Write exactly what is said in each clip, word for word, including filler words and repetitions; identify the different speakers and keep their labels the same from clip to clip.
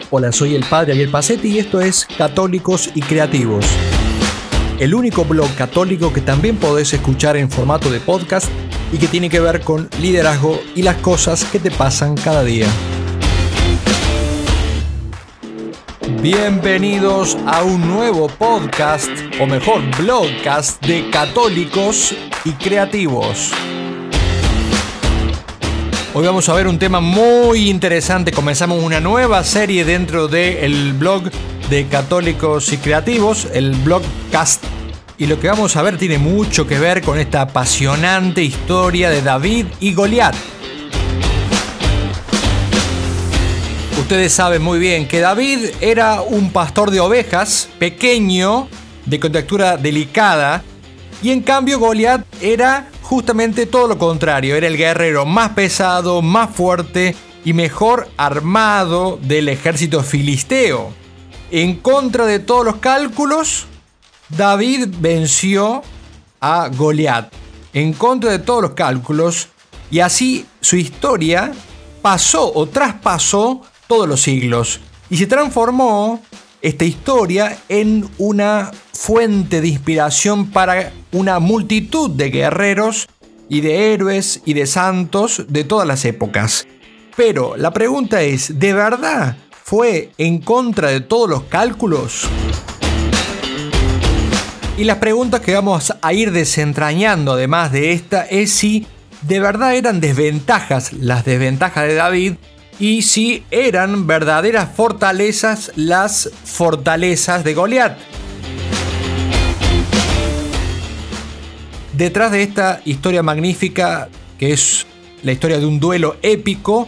Speaker 1: Hola, soy el padre Ariel Pacetti y esto es Católicos y Creativos, el único blog católico que también podés escuchar en formato de podcast y que tiene que ver con liderazgo y las cosas que te pasan cada día. Bienvenidos a un nuevo podcast, o mejor, blogcast de Católicos y Creativos. Hoy vamos a ver un tema muy interesante. Comenzamos una nueva serie dentro del blog de Católicos y Creativos, el blogcast. Y lo que vamos a ver tiene mucho que ver con esta apasionante historia de David y Goliat. Ustedes saben muy bien que David era un pastor de ovejas, pequeño, de contextura delicada, y en cambio Goliat era justamente todo lo contrario. Era el guerrero más pesado, más fuerte y mejor armado del ejército filisteo. En contra de todos los cálculos, David venció a Goliat. En contra de todos los cálculos, y así su historia pasó o traspasó todos los siglos y se transformó esta historia en una fuente de inspiración para una multitud de guerreros y de héroes y de santos de todas las épocas. Pero la pregunta es, ¿de verdad fue en contra de todos los cálculos? Y las preguntas que vamos a ir desentrañando además de esta es si de verdad eran desventajas las desventajas de David y si eran verdaderas fortalezas las fortalezas de Goliat. Detrás de esta historia magnífica, que es la historia de un duelo épico,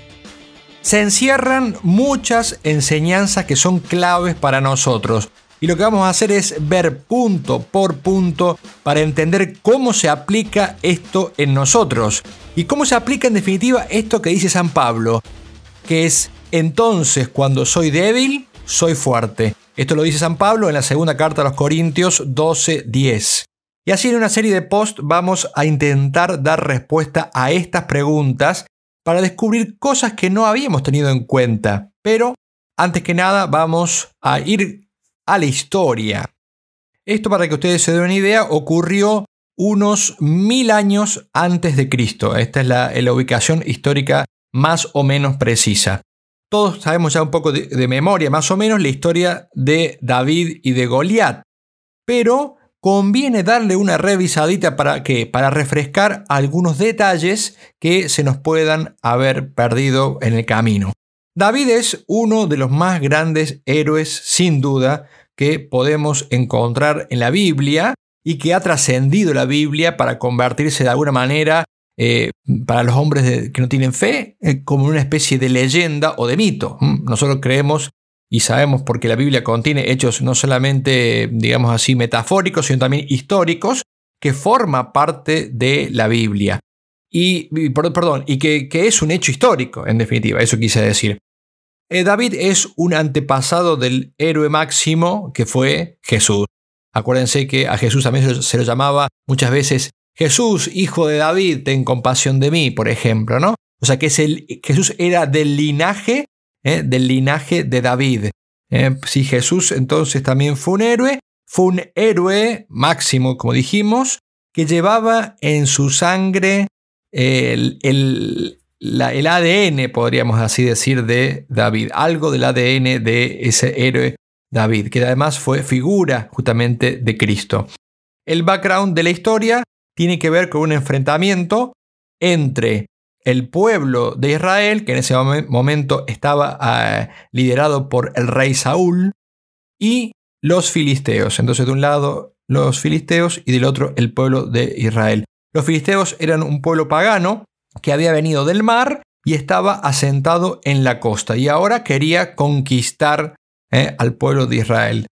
Speaker 1: se encierran muchas enseñanzas que son claves para nosotros. Y lo que vamos a hacer es ver punto por punto para entender cómo se aplica esto en nosotros. Y cómo se aplica en definitiva esto que dice San Pablo, que es: entonces cuando soy débil, soy fuerte. Esto lo dice San Pablo en la segunda carta a los Corintios doce diez. Y así en una serie de posts vamos a intentar dar respuesta a estas preguntas para descubrir cosas que no habíamos tenido en cuenta. Pero antes que nada vamos a ir a la historia. Esto, para que ustedes se den una idea, ocurrió unos mil años antes de Cristo. Esta es la, la ubicación histórica más o menos precisa. Todos sabemos ya un poco de, de memoria, más o menos, la historia de David y de Goliat. Pero conviene darle una revisadita para que para refrescar algunos detalles que se nos puedan haber perdido en el camino. David es uno de los más grandes héroes, sin duda, que podemos encontrar en la Biblia y que ha trascendido la Biblia para convertirse de alguna manera, eh, para los hombres de, que no tienen fe, eh, como una especie de leyenda o de mito. Nosotros creemos y sabemos, porque la Biblia contiene hechos no solamente, digamos así, metafóricos, sino también históricos, que forma parte de la Biblia. Y, y perdón, y que, que es un hecho histórico, en definitiva, eso quise decir. Eh, David es un antepasado del héroe máximo que fue Jesús. Acuérdense que a Jesús también se lo, se lo llamaba muchas veces Jesús, hijo de David, ten compasión de mí, por ejemplo, ¿no? O sea que es el, Jesús era del linaje ¿Eh? del linaje de David. Eh, si Jesús entonces también fue un héroe, fue un héroe máximo, como dijimos, que llevaba en su sangre el, el, la, el A D N, podríamos así decir, de David. Algo del A D N de ese héroe David, que además fue figura justamente de Cristo. El background de la historia tiene que ver con un enfrentamiento entre el pueblo de Israel, que en ese momento estaba uh, liderado por el rey Saúl, y los filisteos. Entonces, de un lado los filisteos y del otro el pueblo de Israel. Los filisteos eran un pueblo pagano que había venido del mar y estaba asentado en la costa, y ahora quería conquistar eh, al pueblo de Israel.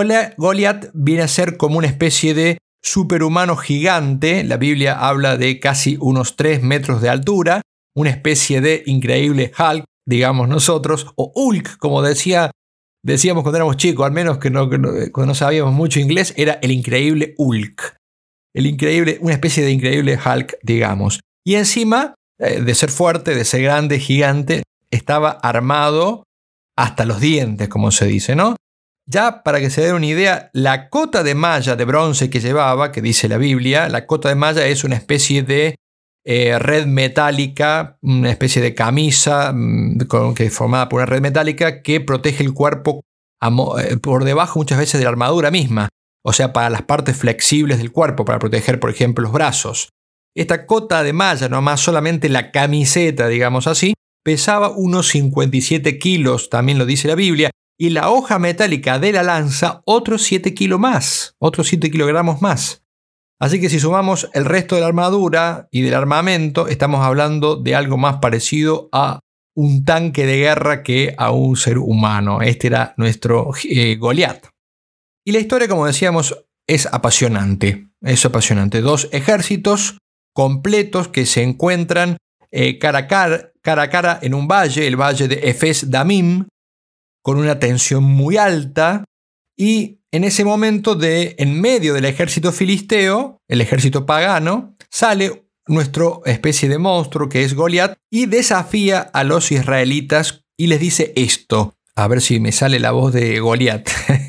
Speaker 1: Goliat viene a ser como una especie de superhumano gigante. La Biblia habla de casi unos tres metros de altura, una especie de increíble Hulk, digamos nosotros, o Hulk, como decía, decíamos cuando éramos chicos, al menos que no, que no, cuando no sabíamos mucho inglés, era el increíble Hulk. El increíble, una especie de increíble Hulk, digamos. Y encima, eh, de ser fuerte, de ser grande, gigante, estaba armado hasta los dientes, como se dice, ¿no? Ya para que se den una idea, la cota de malla de bronce que llevaba, que dice la Biblia, la cota de malla es una especie de eh, red metálica, una especie de camisa mmm, que es formada por una red metálica que protege el cuerpo a, eh, por debajo muchas veces de la armadura misma, o sea, para las partes flexibles del cuerpo, para proteger, por ejemplo, los brazos. Esta cota de malla, nomás solamente la camiseta, digamos así, pesaba unos cincuenta y siete kilos, también lo dice la Biblia, y la hoja metálica de la lanza otros siete kilos más, otros siete kilogramos más. Así que si sumamos el resto de la armadura y del armamento, estamos hablando de algo más parecido a un tanque de guerra que a un ser humano. Este era nuestro eh, Goliat. Y la historia, como decíamos, es apasionante. Es apasionante. Dos ejércitos completos que se encuentran eh, cara, a cara, cara a cara en un valle, el valle de Efes Damim, con una tensión muy alta, y en ese momento, de, en medio del ejército filisteo, el ejército pagano, sale nuestro especie de monstruo que es Goliat y desafía a los israelitas y les dice esto. A ver si me sale la voz de Goliat.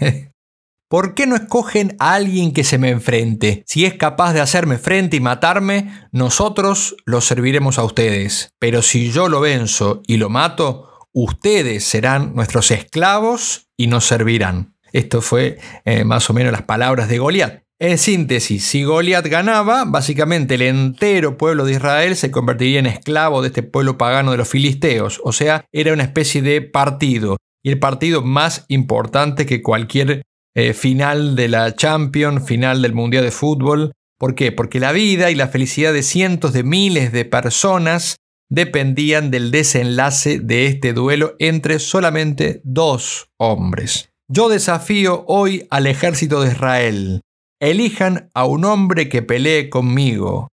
Speaker 1: ¿Por qué no escogen a alguien que se me enfrente? Si es capaz de hacerme frente y matarme, nosotros los serviremos a ustedes. Pero si yo lo venzo y lo mato, ustedes serán nuestros esclavos y nos servirán. Esto fue eh, más o menos las palabras de Goliat. En síntesis, si Goliat ganaba, básicamente el entero pueblo de Israel se convertiría en esclavo de este pueblo pagano de los filisteos. O sea, era una especie de partido. Y el partido más importante que cualquier eh, final de la Champions, final del Mundial de Fútbol. ¿Por qué? Porque la vida y la felicidad de cientos de miles de personas dependían del desenlace de este duelo entre solamente dos hombres. Yo desafío hoy al ejército de Israel. Elijan a un hombre que pelee conmigo,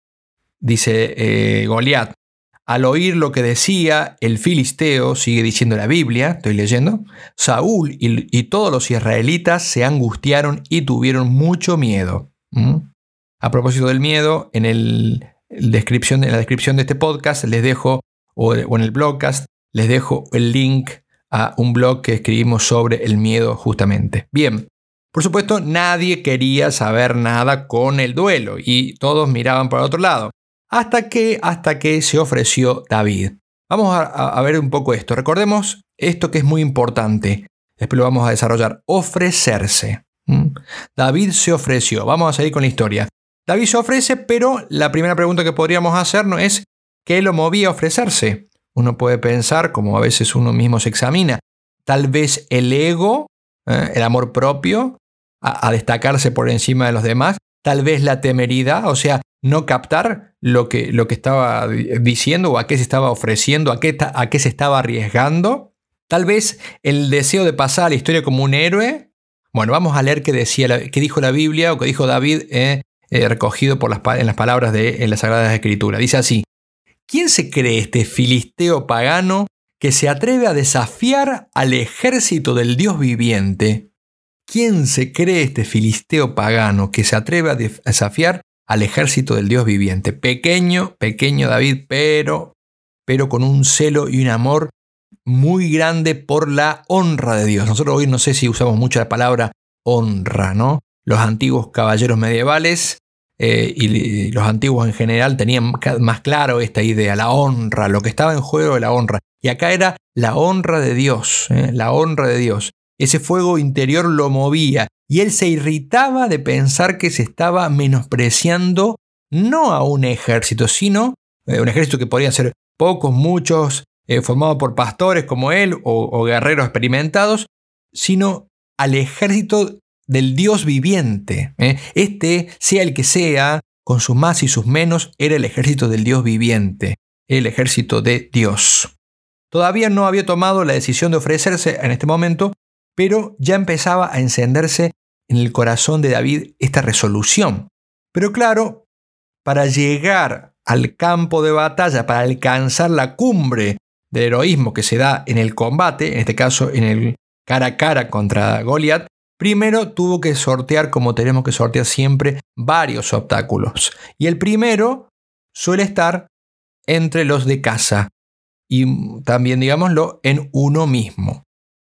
Speaker 1: dice eh, Goliat. Al oír lo que decía el filisteo, sigue diciendo la Biblia, estoy leyendo, Saúl y, y todos los israelitas se angustiaron y tuvieron mucho miedo. ¿Mm? A propósito del miedo, en, el, el descripción, en la descripción de este podcast les dejo, o, o en el blogcast, les dejo el link a un blog que escribimos sobre el miedo justamente. Bien, por supuesto nadie quería saber nada con el duelo y todos miraban para otro lado. Hasta que, hasta que se ofreció David. Vamos a, a ver un poco esto. Recordemos esto que es muy importante. Después lo vamos a desarrollar. Ofrecerse. ¿Mm? David se ofreció. Vamos a seguir con la historia. David se ofrece, pero la primera pregunta que podríamos hacernos es ¿qué lo movía a ofrecerse? Uno puede pensar, como a veces uno mismo se examina, tal vez el ego, ¿eh? el amor propio, a, a destacarse por encima de los demás, tal vez la temeridad, o sea, no captar lo que, lo que estaba diciendo o a qué se estaba ofreciendo, a qué, a qué se estaba arriesgando, tal vez el deseo de pasar a la historia como un héroe. Bueno, vamos a leer qué, decía la, qué dijo la Biblia o qué dijo David eh, eh, recogido por las, en las palabras de en las Sagradas Escrituras. Dice así: ¿quién se cree este filisteo pagano que se atreve a desafiar al ejército del Dios viviente? ¿Quién se cree este filisteo pagano que se atreve a desafiar al ejército del Dios viviente? Pequeño, pequeño David, pero, pero con un celo y un amor muy grande por la honra de Dios. Nosotros hoy no sé si usamos mucho la palabra honra, ¿no? Los antiguos caballeros medievales Eh, y los antiguos en general tenían más claro esta idea, la honra, lo que estaba en juego de la honra. Y acá era la honra de Dios, ¿eh? la honra de Dios. Ese fuego interior lo movía y él se irritaba de pensar que se estaba menospreciando no a un ejército, sino eh, un ejército que podría ser pocos, muchos, eh, formado por pastores como él o, o guerreros experimentados, sino al ejército del Dios viviente. ¿eh? Este, sea el que sea, con sus más y sus menos, era el ejército del Dios viviente, el ejército de Dios. Todavía no había tomado la decisión de ofrecerse en este momento, pero ya empezaba a encenderse en el corazón de David esta resolución. Pero claro, para llegar al campo de batalla, para alcanzar la cumbre del heroísmo que se da en el combate, en este caso en el cara a cara contra Goliat, primero tuvo que sortear, como tenemos que sortear siempre, varios obstáculos. Y el primero suele estar entre los de casa y también, digámoslo, en uno mismo.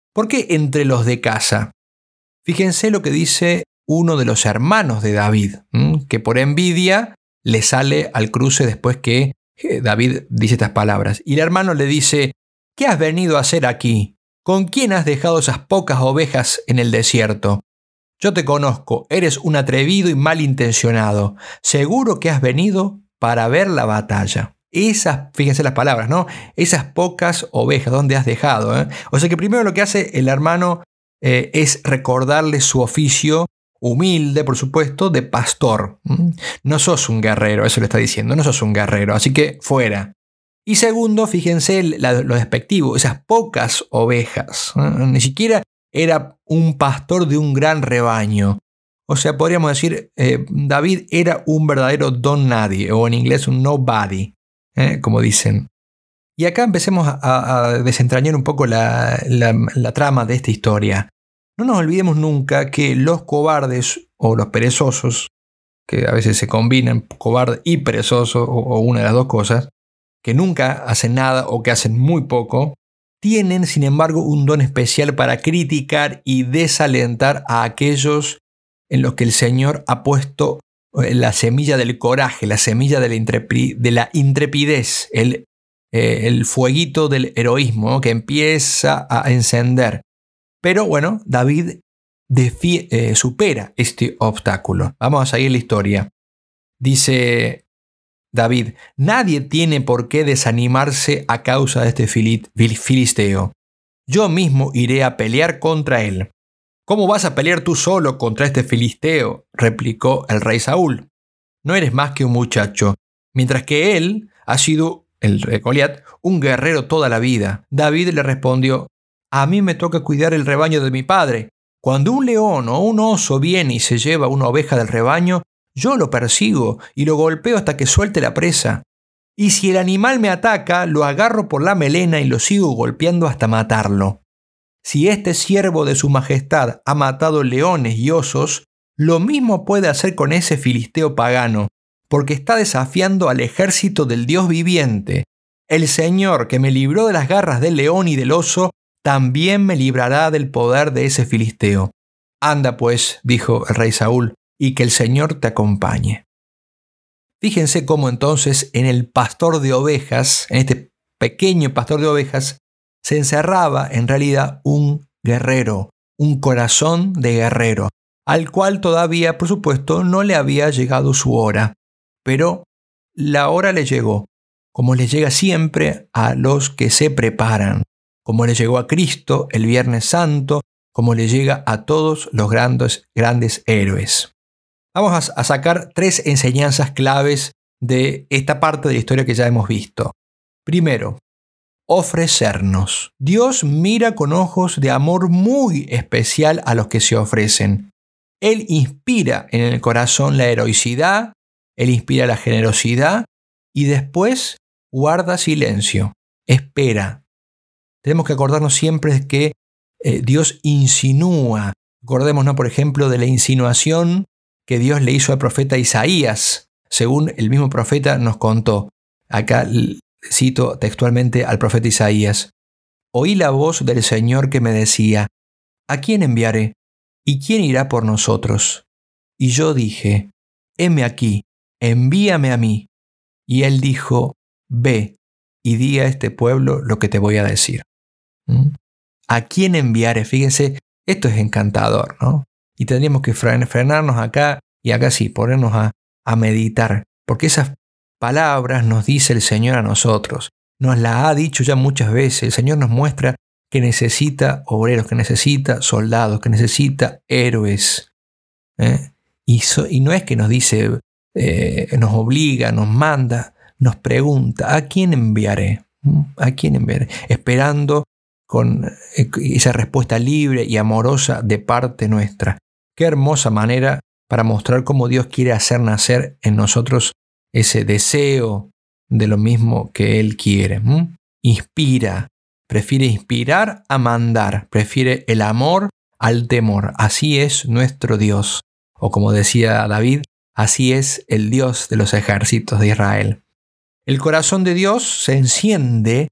Speaker 1: ¿Por qué entre los de casa? Fíjense lo que dice uno de los hermanos de David, ¿m? que por envidia le sale al cruce después que David dice estas palabras. Y el hermano le dice: ¿qué has venido a hacer aquí? ¿Con quién has dejado esas pocas ovejas en el desierto? Yo te conozco, eres un atrevido y malintencionado. Seguro que has venido para ver la batalla. Esas, fíjense las palabras, ¿no? Esas pocas ovejas, ¿dónde has dejado? ¿Eh? O sea que primero lo que hace el hermano eh, es recordarle su oficio humilde, por supuesto, de pastor. ¿Mm? No sos un guerrero, eso le está diciendo, no sos un guerrero, así que fuera. Y segundo, fíjense la, lo despectivo, esas pocas ovejas. ¿Eh? Ni siquiera era un pastor de un gran rebaño. O sea, podríamos decir, eh, David era un verdadero don nadie, o en inglés un nobody, ¿eh? como dicen. Y acá empecemos a, a desentrañar un poco la, la, la trama de esta historia. No nos olvidemos nunca que los cobardes o los perezosos, que a veces se combinan, cobarde y perezoso, o, o una de las dos cosas, que nunca hacen nada o que hacen muy poco, tienen, sin embargo, un don especial para criticar y desalentar a aquellos en los que el Señor ha puesto la semilla del coraje, la semilla de la, intrepi- de la intrepidez, el, eh, el fueguito del heroísmo, ¿no? que empieza a encender. Pero bueno, David defi- eh, supera este obstáculo. Vamos a seguir la historia. Dice David: nadie tiene por qué desanimarse a causa de este filisteo. Yo mismo iré a pelear contra él. ¿Cómo vas a pelear tú solo contra este filisteo?, replicó el rey Saúl. No eres más que un muchacho, mientras que él ha sido, el rey Goliat, un guerrero toda la vida. David le respondió: a mí me toca cuidar el rebaño de mi padre. Cuando un león o un oso viene y se lleva una oveja del rebaño, yo lo persigo y lo golpeo hasta que suelte la presa. Y si el animal me ataca, lo agarro por la melena y lo sigo golpeando hasta matarlo. Si este siervo de su majestad ha matado leones y osos, lo mismo puede hacer con ese filisteo pagano, porque está desafiando al ejército del Dios viviente. El Señor, que me libró de las garras del león y del oso, también me librará del poder de ese filisteo. Anda pues, dijo el rey Saúl, y que el Señor te acompañe. Fíjense cómo entonces en el pastor de ovejas, en este pequeño pastor de ovejas, se encerraba en realidad un guerrero, un corazón de guerrero, al cual todavía, por supuesto, no le había llegado su hora. Pero la hora le llegó, como le llega siempre a los que se preparan, como le llegó a Cristo el Viernes Santo, como le llega a todos los grandes, grandes héroes. Vamos a sacar tres enseñanzas claves de esta parte de la historia que ya hemos visto. Primero, ofrecernos. Dios mira con ojos de amor muy especial a los que se ofrecen. Él inspira en el corazón la heroicidad, Él inspira la generosidad y después guarda silencio, espera. Tenemos que acordarnos siempre de que eh, Dios insinúa. Acordémonos, por ejemplo, de la insinuación que Dios le hizo al profeta Isaías, según el mismo profeta nos contó. Acá cito textualmente al profeta Isaías: oí la voz del Señor que me decía: ¿a quién enviaré? ¿Y quién irá por nosotros? Y yo dije: heme aquí, envíame a mí. Y él dijo: ve y di a este pueblo lo que te voy a decir. ¿Mm? ¿A quién enviaré? Fíjense, esto es encantador, ¿no? Y tendríamos que frenarnos acá y acá sí, ponernos a, a meditar, porque esas palabras nos dice el Señor a nosotros. Nos la ha dicho ya muchas veces. El Señor nos muestra que necesita obreros, que necesita soldados, que necesita héroes. ¿Eh? Y, so, y no es que nos dice, eh, nos obliga, nos manda, nos pregunta: ¿a quién enviaré? ¿A quién enviaré? Esperando con esa respuesta libre y amorosa de parte nuestra. Qué hermosa manera para mostrar cómo Dios quiere hacer nacer en nosotros ese deseo de lo mismo que Él quiere. ¿Mm? Inspira, prefiere inspirar a mandar, prefiere el amor al temor. Así es nuestro Dios. O como decía David, así es el Dios de los ejércitos de Israel. El corazón de Dios se enciende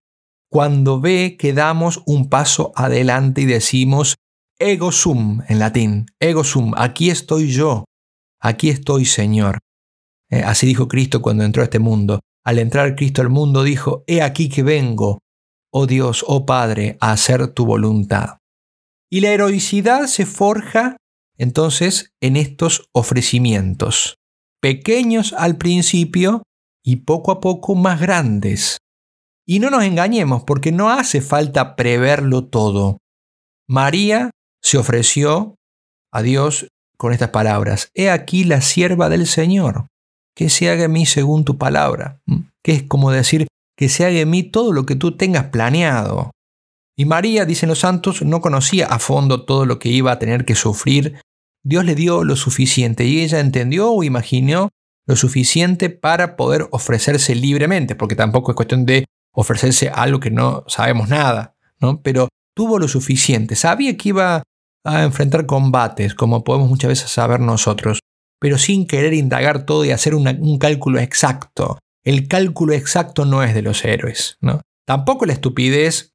Speaker 1: cuando ve que damos un paso adelante y decimos ego sum en latín, ego sum, aquí estoy yo, aquí estoy Señor. Eh, así dijo Cristo cuando entró a este mundo. Al entrar Cristo al mundo dijo, he aquí que vengo, oh Dios, oh Padre, a hacer tu voluntad. Y la heroicidad se forja entonces en estos ofrecimientos, pequeños al principio y poco a poco más grandes. Y no nos engañemos, porque no hace falta preverlo todo. María se ofreció a Dios con estas palabras, he aquí la sierva del Señor, que se haga en mí según tu palabra, que es como decir, que se haga en mí todo lo que tú tengas planeado. Y María, dicen los santos, no conocía a fondo todo lo que iba a tener que sufrir. Dios le dio lo suficiente y ella entendió o imaginó lo suficiente para poder ofrecerse libremente, porque tampoco es cuestión de ofrecerse algo que no sabemos nada, ¿no? Pero tuvo lo suficiente, sabía que iba a enfrentar combates, como podemos muchas veces saber nosotros, pero sin querer indagar todo y hacer una, un cálculo exacto. El cálculo exacto no es de los héroes, ¿no? Tampoco la estupidez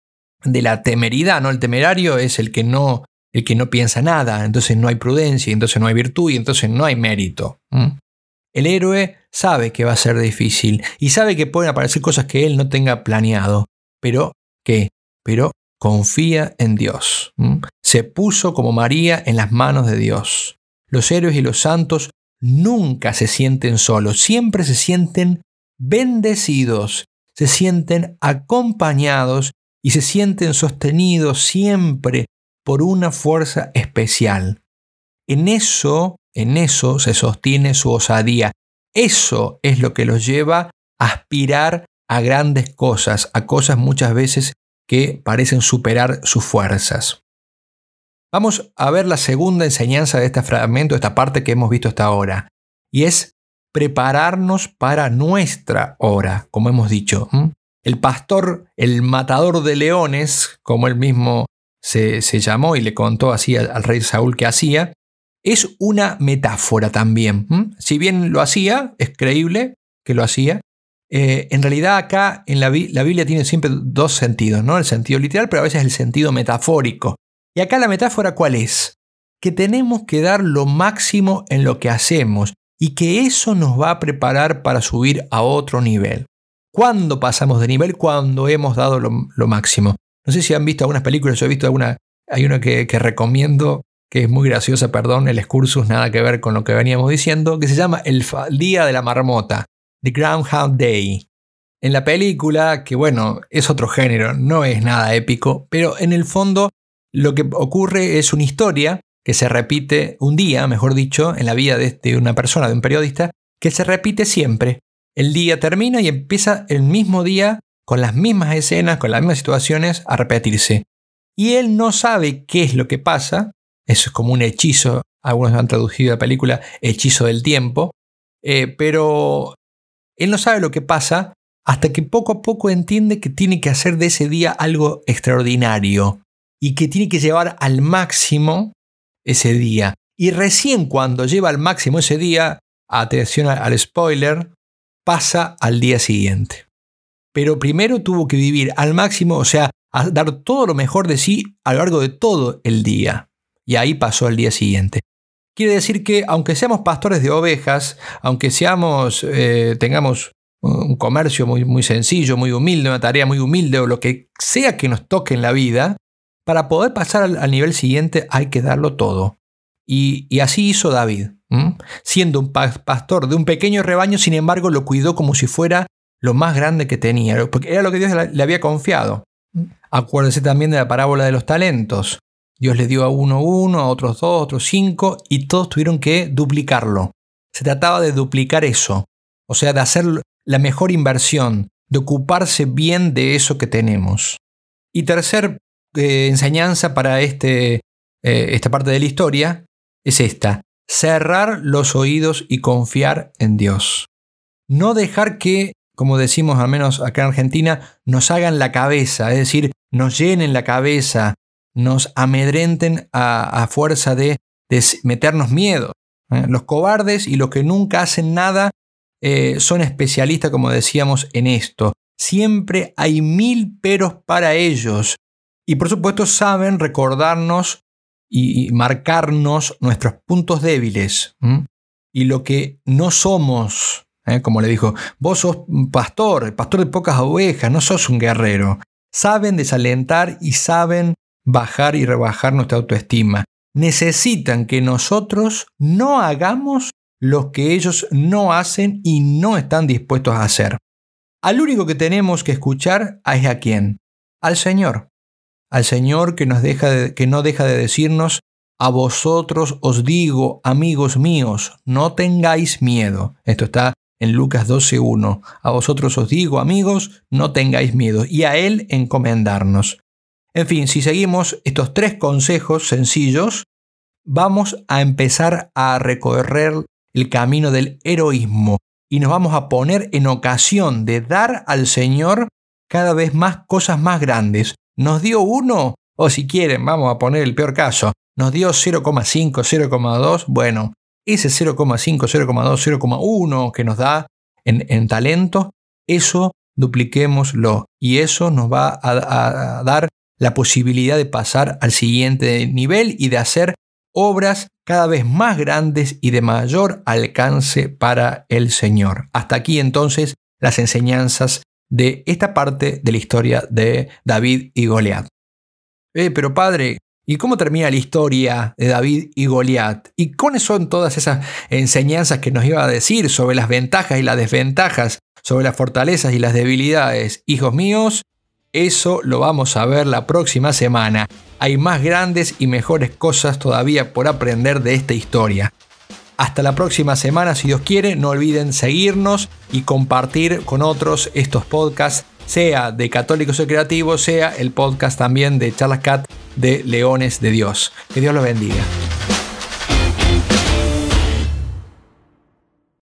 Speaker 1: de la temeridad, ¿no? El temerario es el que no, el que no piensa nada, entonces no hay prudencia, entonces no hay virtud y entonces no hay mérito. ¿Mm? El héroe sabe que va a ser difícil y sabe que pueden aparecer cosas que él no tenga planeado, pero ¿qué? Pero confía en Dios. ¿Mm? Se puso como María en las manos de Dios. Los héroes y los santos nunca se sienten solos, siempre se sienten bendecidos, se sienten acompañados y se sienten sostenidos siempre por una fuerza especial. En eso, en eso se sostiene su osadía. Eso es lo que los lleva a aspirar a grandes cosas, a cosas muchas veces que parecen superar sus fuerzas. Vamos a ver la segunda enseñanza de este fragmento, esta parte que hemos visto hasta ahora, y es prepararnos para nuestra hora, como hemos dicho. El pastor, el matador de leones, como él mismo se, se llamó y le contó así al, al rey Saúl que hacía, es una metáfora también. Si bien lo hacía, es creíble que lo hacía, eh, en realidad acá en la, la Biblia tiene siempre dos sentidos, ¿no? El sentido literal, pero a veces el sentido metafórico. Y acá la metáfora, ¿cuál es? Que tenemos que dar lo máximo en lo que hacemos y que eso nos va a preparar para subir a otro nivel. ¿Cuándo pasamos de nivel? Cuando hemos dado lo, lo máximo. No sé si han visto algunas películas, yo he visto alguna, hay una que, que recomiendo, que es muy graciosa, perdón, el excursus, nada que ver con lo que veníamos diciendo, que se llama El, el Día de la Marmota, The Groundhog Day. En la película, que bueno, es otro género, no es nada épico, pero en el fondo lo que ocurre es una historia que se repite un día, mejor dicho, en la vida de, de una persona, de un periodista, que se repite siempre. El día termina y empieza el mismo día, con las mismas escenas, con las mismas situaciones, a repetirse. Y él no sabe qué es lo que pasa, eso es como un hechizo, algunos han traducido la película hechizo del tiempo, eh, pero él no sabe lo que pasa hasta que poco a poco entiende que tiene que hacer de ese día algo extraordinario y que tiene que llevar al máximo ese día. Y recién cuando lleva al máximo ese día, atención al spoiler, pasa al día siguiente. Pero primero tuvo que vivir al máximo, o sea, a dar todo lo mejor de sí a lo largo de todo el día. Y ahí pasó al día siguiente. Quiere decir que aunque seamos pastores de ovejas, aunque seamos, eh, tengamos un comercio muy, muy sencillo, muy humilde, una tarea muy humilde o lo que sea que nos toque en la vida, para poder pasar al, al nivel siguiente hay que darlo todo. Y, y así hizo David. ¿Mm? Siendo un pastor de un pequeño rebaño, sin embargo lo cuidó como si fuera lo más grande que tenía, porque era lo que Dios le había confiado. Acuérdense también de la parábola de los talentos. Dios le dio a uno uno, a otros dos, a otros cinco, y todos tuvieron que duplicarlo. Se trataba de duplicar eso, o sea, de hacer la mejor inversión, de ocuparse bien de eso que tenemos. Y tercer eh, enseñanza para este, eh, esta parte de la historia es esta: cerrar los oídos y confiar en Dios. No dejar que, como decimos al menos acá en Argentina, nos hagan la cabeza, es decir, nos llenen la cabeza, nos amedrenten a, a fuerza de, de meternos miedo. ¿Eh? Los cobardes y los que nunca hacen nada eh, son especialistas, como decíamos, en esto. siempre hay mil peros para ellos. Y por supuesto saben recordarnos y marcarnos nuestros puntos débiles, ¿m? Y lo que no somos. ¿eh? Como le dijo, vos sos un pastor, pastor de pocas ovejas, no sos un guerrero. Saben desalentar y saben bajar y rebajar nuestra autoestima. Necesitan que nosotros no hagamos lo que ellos no hacen y no están dispuestos a hacer. Al único que tenemos que escuchar es a quién, al Señor. Al Señor que, nos deja de, que no deja de decirnos, a vosotros os digo, amigos míos, no tengáis miedo. Esto está en Lucas doce uno. A vosotros os digo, amigos, no tengáis miedo. Y a Él encomendarnos. En fin, si seguimos estos tres consejos sencillos, vamos a empezar a recorrer el camino del heroísmo y nos vamos a poner en ocasión de dar al Señor cada vez más cosas más grandes. Nos dio uno, o si quieren, vamos a poner el peor caso, nos dio cero coma cinco, cero coma dos, bueno, ese cero coma cinco, cero coma dos, cero coma uno que nos da en, en talento, eso dupliquémoslo y eso nos va a, a dar la posibilidad de pasar al siguiente nivel y de hacer obras cada vez más grandes y de mayor alcance para el Señor. Hasta aquí entonces las enseñanzas de esta parte de la historia de David y Goliat. Eh, pero padre, ¿y cómo termina la historia de David y Goliat? ¿Y cuáles son todas esas enseñanzas que nos iba a decir sobre las ventajas y las desventajas, sobre las fortalezas y las debilidades? Hijos míos, eso lo vamos a ver la próxima semana. Hay más grandes y mejores cosas todavía por aprender de esta historia. Hasta la próxima semana, si Dios quiere. No olviden seguirnos y compartir con otros estos podcasts, sea de Católicos y Creativos, sea el podcast también de Charlas Cat de Leones de Dios. Que Dios los bendiga.